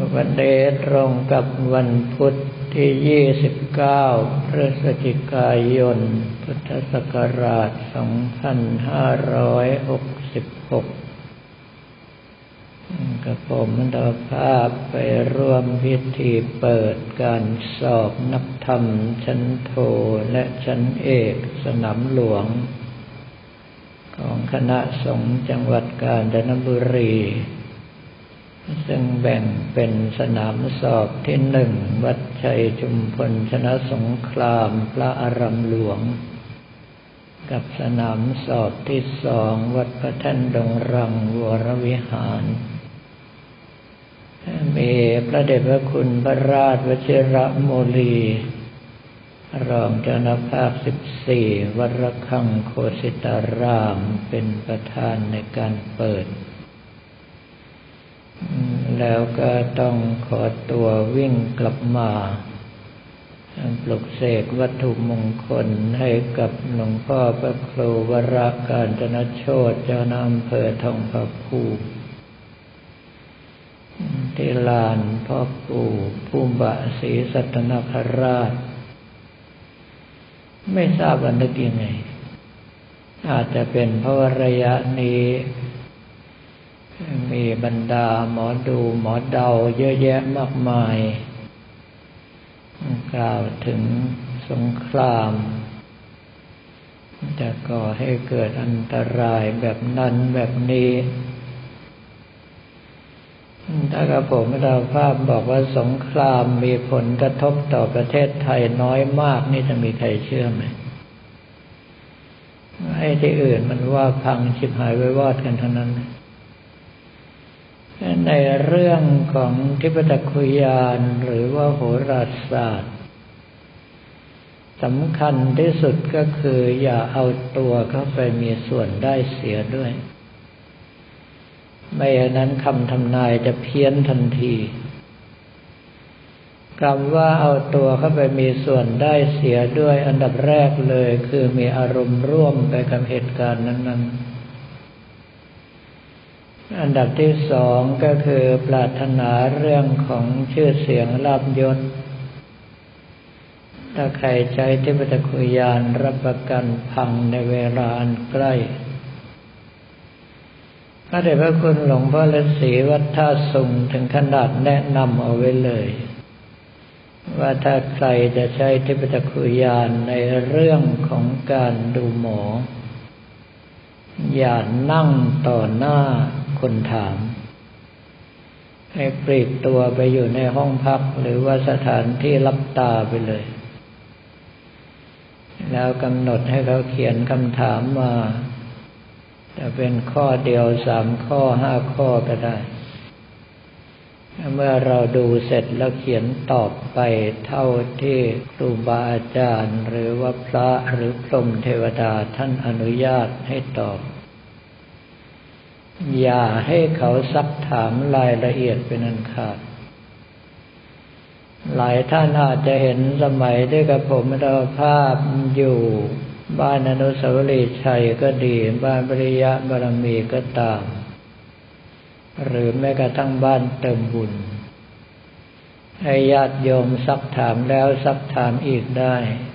วันนี้ตรงกับวันพุธที่29พฤศจิกายนพุทธศักราช2566กับผมได้ภาพไปร่วมพิธีเปิดการสอบนักธรรมชั้นโทและชั้นเอกสนามหลวงของคณะสงฆ์จังหวัดกาญจนบุรีซึ่งแบ่งเป็นสนามสอบที่1วัดชัยชุมพลชนะสงครามพระอารามหลวงกับสนามสอบที่2วัดพระแท่นดงรังวรวิหารมีพระเดชพระคุณพระราชวชิรโมลีรองเจ้าคณะภาค14วัดระฆังโคสิตารามเป็นประธานในการเปิดแล้วก็ต้องขอตัววิ่งกลับมาปลุกเสกวัตถุมงคลให้กับหลวงพ่อพระครูวรกาญจนโชติเจ้าคณะอำเภอทองผาภูมิที่ลานพ่อปู่ภูมิบะศรีสัตนคราชไม่ทราบว่านึกยังไงอาจจะเป็นเพราะระยะนี้มีบรรดาหมอดูหมอเดาเยอะแยะมากมายกล่าวถึงสงครามจะก่อให้เกิดอันตรายแบบนั้นแบบนี้ถ้ากับผมเราภาพบอกว่าสงครามมีผลกระทบต่อประเทศไทยน้อยมากนี่จะมีใครเชื่อไหมไอ้ที่อื่นมันว่าพังชิบหายไว้วอดกันเท่านั้นในเรื่องของทิพจักขุญาณหรือว่าโหราศาสตร์สำคัญที่สุดก็คืออย่าเอาตัวเข้าไปมีส่วนได้เสียด้วยไม่อย่างนั้นคำทำนายจะเพี้ยนทันทีคำว่าเอาตัวเข้าไปมีส่วนได้เสียด้วยอันดับแรกเลยคือมีอารมณ์ร่วมไปกับเหตุการณ์นั้นๆอันดับที่2ก็คือปรารถนาเรื่องของชื่อเสียงลาภยศถ้าใครใช้ทิพจักขุญาณรับประกันพังในเวลาอันใกล้พระเดชพระคุณหลวงพ่อฤาษีวัดท่าสุงถึงขนาดแนะนำเอาไว้เลยว่าถ้าใครจะใช้ทิพจักขุญาณในเรื่องของการดูหมออย่านั่งต่อหน้าคนถามให้ปลีกตัวไปอยู่ในห้องพักหรือว่าสถานที่รับตาไปเลยแล้วกำหนดให้เขาเขียนคำถามมาจะเป็นข้อเดียว3ข้อ5ข้อก็ได้เมื่อเราดูเสร็จแล้วเขียนตอบไปเท่าที่ครูบาอาจารย์หรือว่าพระหรือพรหมเทวดาท่านอนุญาตให้ตอบอย่าให้เขาซักถามรายละเอียดเป็นอันขาดหลายท่านอาจจะเห็นสมัยที่กับผมเราภาพอยู่บ้านอนุสาวรีย์ชัยก็ดีบ้านปริยะบารมีก็ตามหรือแม้กระทั่งบ้านเติมบุญให้ญาติโยมซักถามแล้วซักถามอีกได้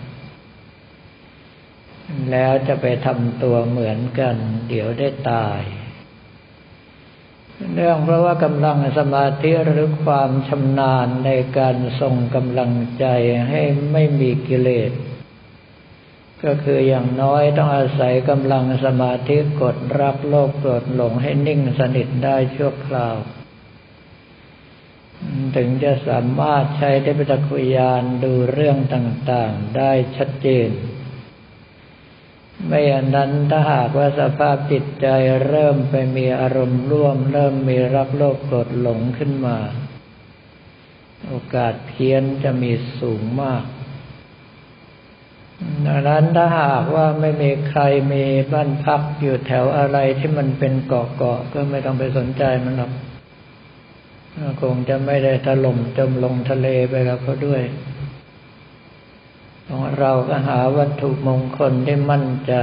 แล้วจะไปทำตัวเหมือนกันเดี๋ยวได้ตายเนื่องเพราะว่ากำลังสมาธิหรือความชำนาญในการทรงกำลังใจให้ไม่มีกิเลสก็คืออย่างน้อยต้องอาศัยกำลังสมาธิกดรักโลภโกรธหลงให้นิ่งสนิทได้ชั่วคราวถึงจะสามารถใช้ทิพจักขุญาณดูเรื่องต่างๆได้ชัดเจนไม่อย่างนั้นถ้าหากว่าสภาพจิตใจเริ่มไปมีอารมณ์ร่วมเริ่มมีรักโลภโกรธหลงขึ้นมาโอกาสเพี้ยนจะมีสูงมากดังนั้นถ้าหากว่าไม่มีใครมีบ้านพักอยู่แถวอะไรที่มันเป็นเกาะๆก็ไม่ต้องไปสนใจมันหรอกคงจะไม่ได้ถล่มจมลงทะเลไปกับเขาด้วยเราก็หาวัตถุมงคลที่มั่นใจ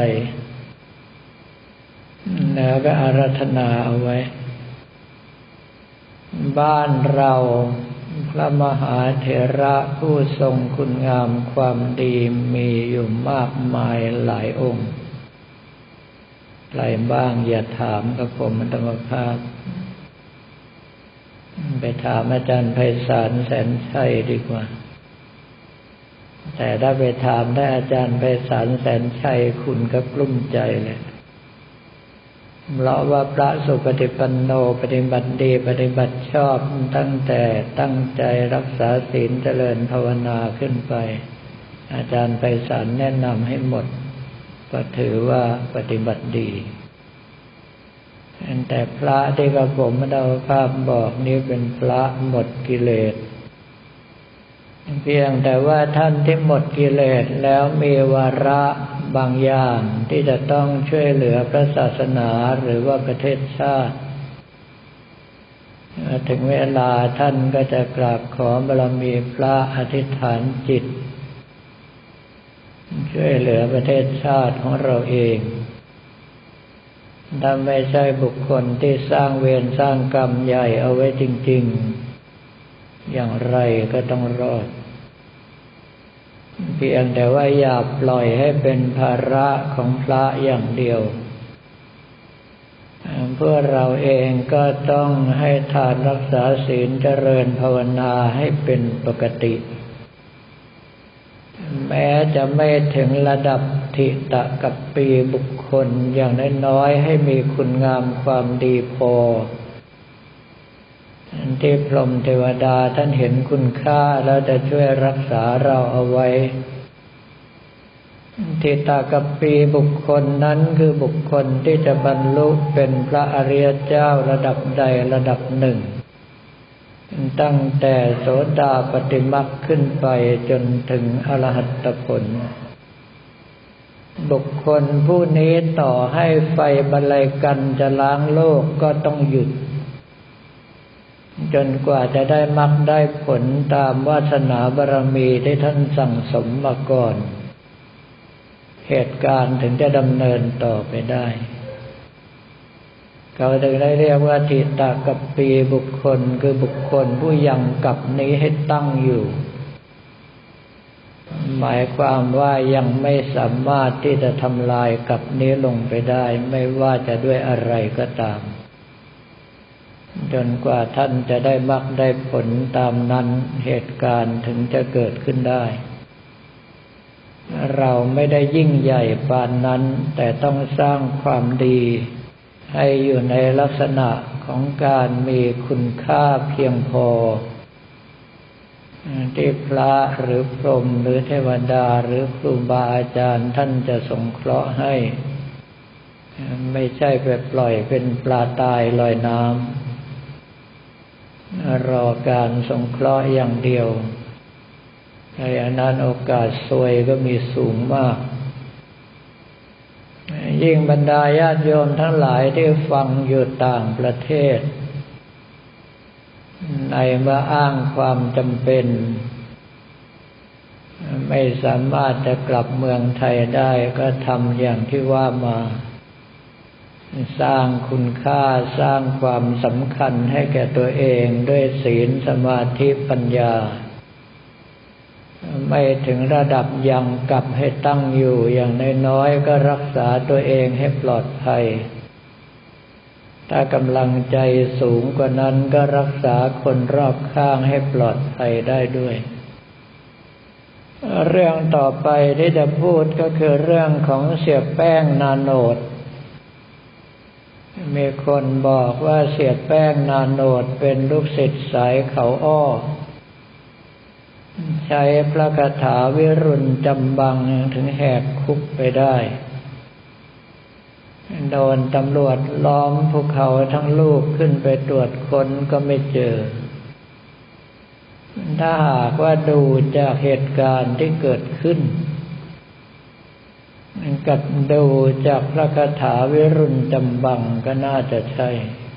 แล้วก็อาราธนาเอาไว้บ้านเราพระมหาเถระผู้ทรงคุณงามความดีมีอยู่มากมายหลายองค์ใครบ้างอย่าถามกับผมธรรมภาพไปถามอาจารย์ไพศาลแสนชัยดีกว่าแต่ถ้าไปถามได้อาจารย์ไพศาลแสนชัยคุณก็กลุ้มใจเลยเพราะว่าพระสุปฏิปันโนปฏิบัติดีปฏิบัติชอบตั้งแต่ตั้งใจรักษาศีลเจริญภาวนาขึ้นไปอาจารย์ไพศาลแนะนำให้หมดก็ถือว่าปฏิบัติดีแต่พระที่กระผมอัตมาภาพบอกนี้เป็นพระหมดกิเลสเพียงแต่ว่าท่านที่หมดกิเลสแล้วมีวาระบางอย่างที่จะต้องช่วยเหลือพระศาสนาหรือว่าประเทศชาติถึงเวลาท่านก็จะกราบขอบารมีพระอธิษฐานจิตช่วยเหลือประเทศชาติของเราเองถ้าไม่ใช่บุคคลที่สร้างเวรสร้างกรรมใหญ่เอาไว้จริงๆอย่างไรก็ต้องรอดเพียงแต่ว่าอย่าปล่อยให้เป็นภาระของพระอย่างเดียวเพื่อเราเองก็ต้องให้ทานรักษาศีลเจริญภาวนาให้เป็นปกติแม้จะไม่ถึงระดับทิตะกัปปีบุคคลอย่างน้อยๆให้มีคุณงามความดีพอที่พรหมเทวดาท่านเห็นคุณค่าแล้วจะช่วยรักษาเราเอาไว้ทิตะกัปปีบุคคลนั้นคือบุคคลที่จะบรรลุเป็นพระอริยเจ้าระดับใดระดับหนึ่งตั้งแต่โสดาปัตติมรรคขึ้นไปจนถึงอรหัตผลบุคคลผู้นี้ต่อให้ไฟบรรลัยกันจะล้างโลกก็ต้องหยุดจนกว่าจะได้มรรคได้ผลตามวาสนาบารมีที่ท่านสั่งสมมาก่อนเหตุการณ์ถึงจะดำเนินต่อไปได้เขาถึงได้เรียกว่าทิตะกัปปีบุคคลคือบุคคลผู้ยังกัปนี้ให้ตั้งอยู่หมายความว่ายังไม่สามารถที่จะทำลายกัปนี้ลงไปได้ไม่ว่าจะด้วยอะไรก็ตามจนกว่าท่านจะได้มรรคได้ผลตามนั้นเหตุการณ์ถึงจะเกิดขึ้นได้เราไม่ได้ยิ่งใหญ่ปานนั้นแต่ต้องสร้างความดีให้อยู่ในลักษณะของการมีคุณค่าเพียงพอที่พระหรือพรหมหรือเทวดาหรือครูบาอาจารย์ท่านจะสงเคราะห์ให้ไม่ใช่ไปปล่อยเป็นปลาตายลอยน้ำรอการสงเคราะห์อย่างเดียวในอนั้นโอกาสซวยก็มีสูงมากยิ่งบรรดาญาติโยมทั้งหลายที่ฟังอยู่ต่างประเทศในเมื่ออ้างความจำเป็นไม่สามารถจะกลับเมืองไทยได้ก็ทำอย่างที่ว่ามาสร้างคุณค่าสร้างความสำคัญให้แก่ตัวเองด้วยศีลสมาธิปัญญาไม่ถึงระดับยังกลับให้ตั้งอยู่อย่างน้อยๆก็รักษาตัวเองให้ปลอดภัยถ้ากำลังใจสูงกว่านั้นก็รักษาคนรอบข้างให้ปลอดภัยได้ด้วยเรื่องต่อไปที่จะพูดก็คือเรื่องของเสียแป้งนาโนตมีคนบอกว่าเสียแป้งนาโนตเป็นลูกศิษย์สายเขาอ้อใช้พระคาถาวิรุณจำบังถึงแหกคุกไปได้โดนตำรวจล้อมภูเขาทั้งลูกขึ้นไปตรวจค้นก็ไม่เจอถ้าหากว่าดูจากเหตุการณ์ที่เกิดขึ้นกับดูจากพระคาถาวิรุณจำบังก็น่าจะใช่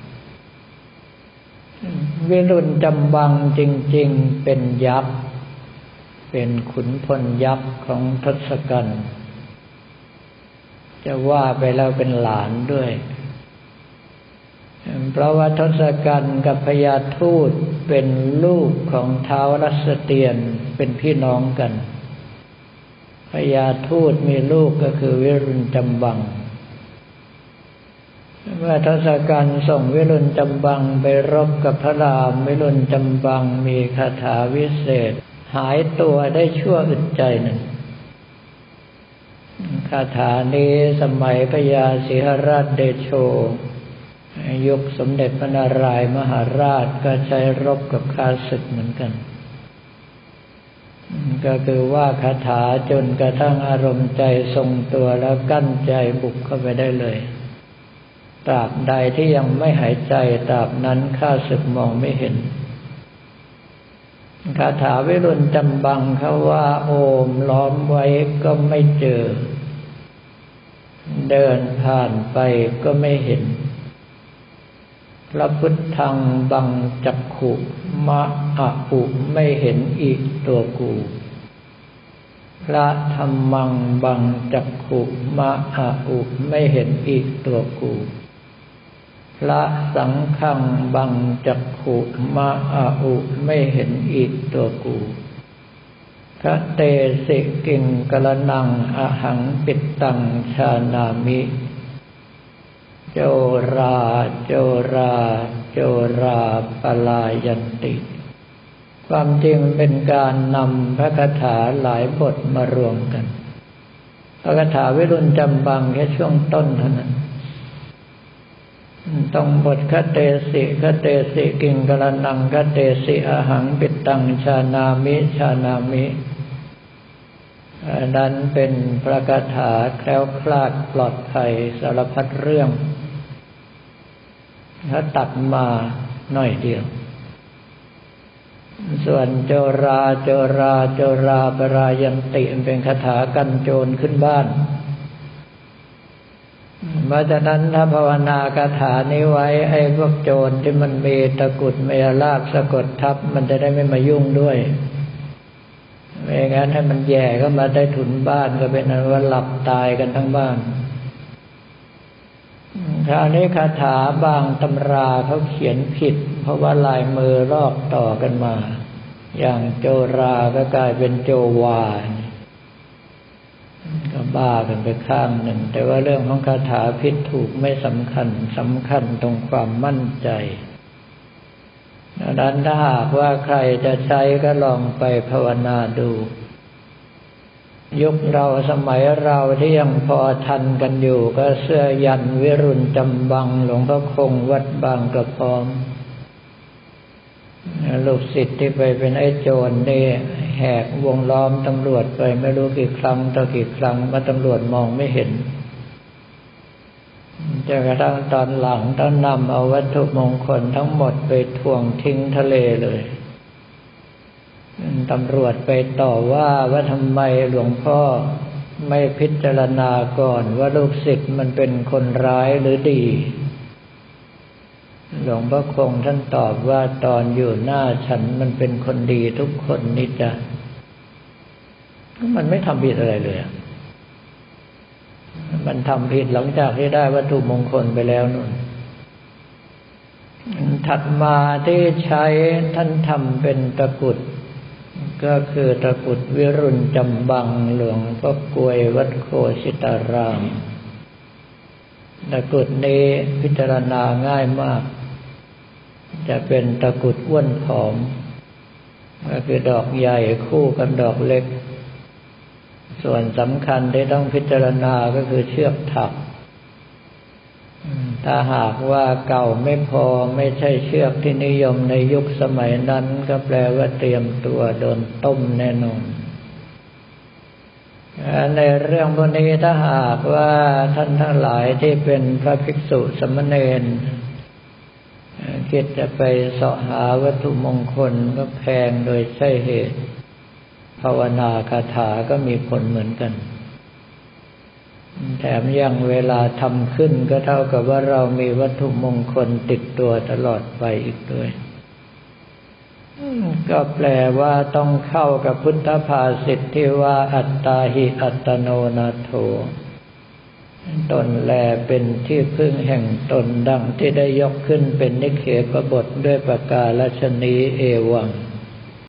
วิรุณจำบังจริงๆเป็นยักษ์เป็นขุนพลยักษ์ของทศกัณฐ์จะว่าไปแล้วเป็นหลานด้วยเพราะว่าทศกัณฐ์กับพญาทูตเป็นลูกของท้าวรัสเตียนเป็นพี่น้องกันพญาทูตมีลูกก็คือวิรุณจำบังเมื่อทศกัณฐ์ส่งวิรุณจำบังไปรบกับพระรามวิรุณจำบังมีคาถาวิเศษหายตัวได้ชั่วอึดใจหนึ่งคาถานี้สมัยพระยาสิหราชเดโชยุคสมเด็จพระนารายณ์มหาราชก็ใช้รบกับข้าศึกเหมือนกันก็คือว่าคาถาจนกระทั่งอารมณ์ใจทรงตัวแล้วกั้นใจบุกเข้าไปได้เลยตราบใดที่ยังไม่หายใจตราบนั้นข้าศึกมองไม่เห็นคาถาวิรุณจำบังเขาว่าโอมล้อมไว้ก็ไม่เจอเดินผ่านไปก็ไม่เห็นพระพุทธังบังจักขุมะอะอุไม่เห็นอีกตัวกูพระธัมมังบังจักขุมะอะอุไม่เห็นอีกตัวกูพระสังฆังบังจักขุมะอะอุไม่เห็นอีกตัวกูคเตสิกิงกลนังอหังปิตตังชานามิโจราโจราโจราปลายันติความจริงเป็นการนำพระคาถาหลายบทมารวมกันพระคาถาวิรุณจำบังแค่ช่วงต้นเท่านั้นต้องบทคเตสิกิงกลนังคเตสิอหังปิตตังชานามิชานามินั้นเป็นพระคาถาแคล้วคลาดปลอดภัยสารพัดเรื่องถ้าตัดมาหน่อยเดียวส่วนโจราโจราโจราปรายันติเป็นคาถากันโจรขึ้นบ้านเพราะฉะนั้นถ้าภาวนาคาถานี้ไว้ไอ้พวกโจรที่มันมีตะกุดมีลาภสะกดทับมันจะได้ไม่มายุ่งด้วยไม่งั้นให้มันแย่เข้ามาได้ถุนบ้านก็เป็นอันว่าหลับตายกันทั้งบ้านคราวนี้คาถาบางตำราเขาเขียนผิดเพราะว่าลายมือลอกต่อกันมาอย่างโจราก็กลายเป็นโจวาก็บ้ากันไปข้างหนึ่งแต่ว่าเรื่องของคาถาผิดถูกไม่สำคัญสำคัญตรงความมั่นใจดังนั้นถ้าหากว่าใครจะใช้ก็ลองไปภาวนาดูยุคเราสมัยเราที่ยังพอทันกันอยู่ก็เสื้อยันวิรุณจำบังหลวงพ่อคงวัดบางกระพร้อมลูกศิษย์ที่ไปเป็นไอ้โจรนี่แหกวงล้อมตำรวจไปไม่รู้กี่ครั้งต่อกี่ครั้งมาตำรวจมองไม่เห็นจนกระทั่งตอนหลังต้องนำเอาวัตถุมงคลทั้งหมดไปถ่วงทิ้งทะเลเลยตำรวจไปต่อว่าทำไมหลวงพ่อไม่พิจารณาก่อนว่าลูกศิษย์มันเป็นคนร้ายหรือดีหลวงพ่อคงท่านตอบว่าตอนอยู่หน้าฉันมันเป็นคนดีทุกคนนี่จ้ะมันไม่ทำผิดอะไรเลยมันทำผิดหลังจากที่ได้วัตถุมงคลไปแล้วนู่นถัดมาที่ใช้ท่านทำเป็นตะกุดก็คือตะกุดวิรุณจำบังหลวงพ่อกลวยวัดโคสิตารามตะกุดนี้พิจารณาง่ายมากจะเป็นตะกุดอ้วนผอมก็คือดอกใหญ่คู่กับดอกเล็กส่วนสำคัญที่ต้องพิจารณาก็คือเชือกถักถ้าหากว่าเก่าไม่พอไม่ใช่เชือกที่นิยมในยุคสมัยนั้นก็แปลว่าเตรียมตัวโดนต้มแน่นอนในเรื่องพวกนี้ถ้าหากว่าท่านทั้งหลายที่เป็นพระภิกษุสามเณรคิดจะไปเสาะหาวัตถุมงคลก็แพงโดยใช่เหตุภาวนาคาถาก็มีผลเหมือนกันแถมยังเวลาทำขึ้นก็เท่ากับว่าเรามีวัตถุมงคลติดตัวตลอดไปอีกด้วยก็แปลว่าต้องเข้ากับพุทธภาษิตที่ว่าอัตตาหิอัตโนนาโถตนแลเป็นที่พึ่งแห่งตนดังที่ได้ยกขึ้นเป็นนิเคปบทด้วยประกาศฉนี้เอวัง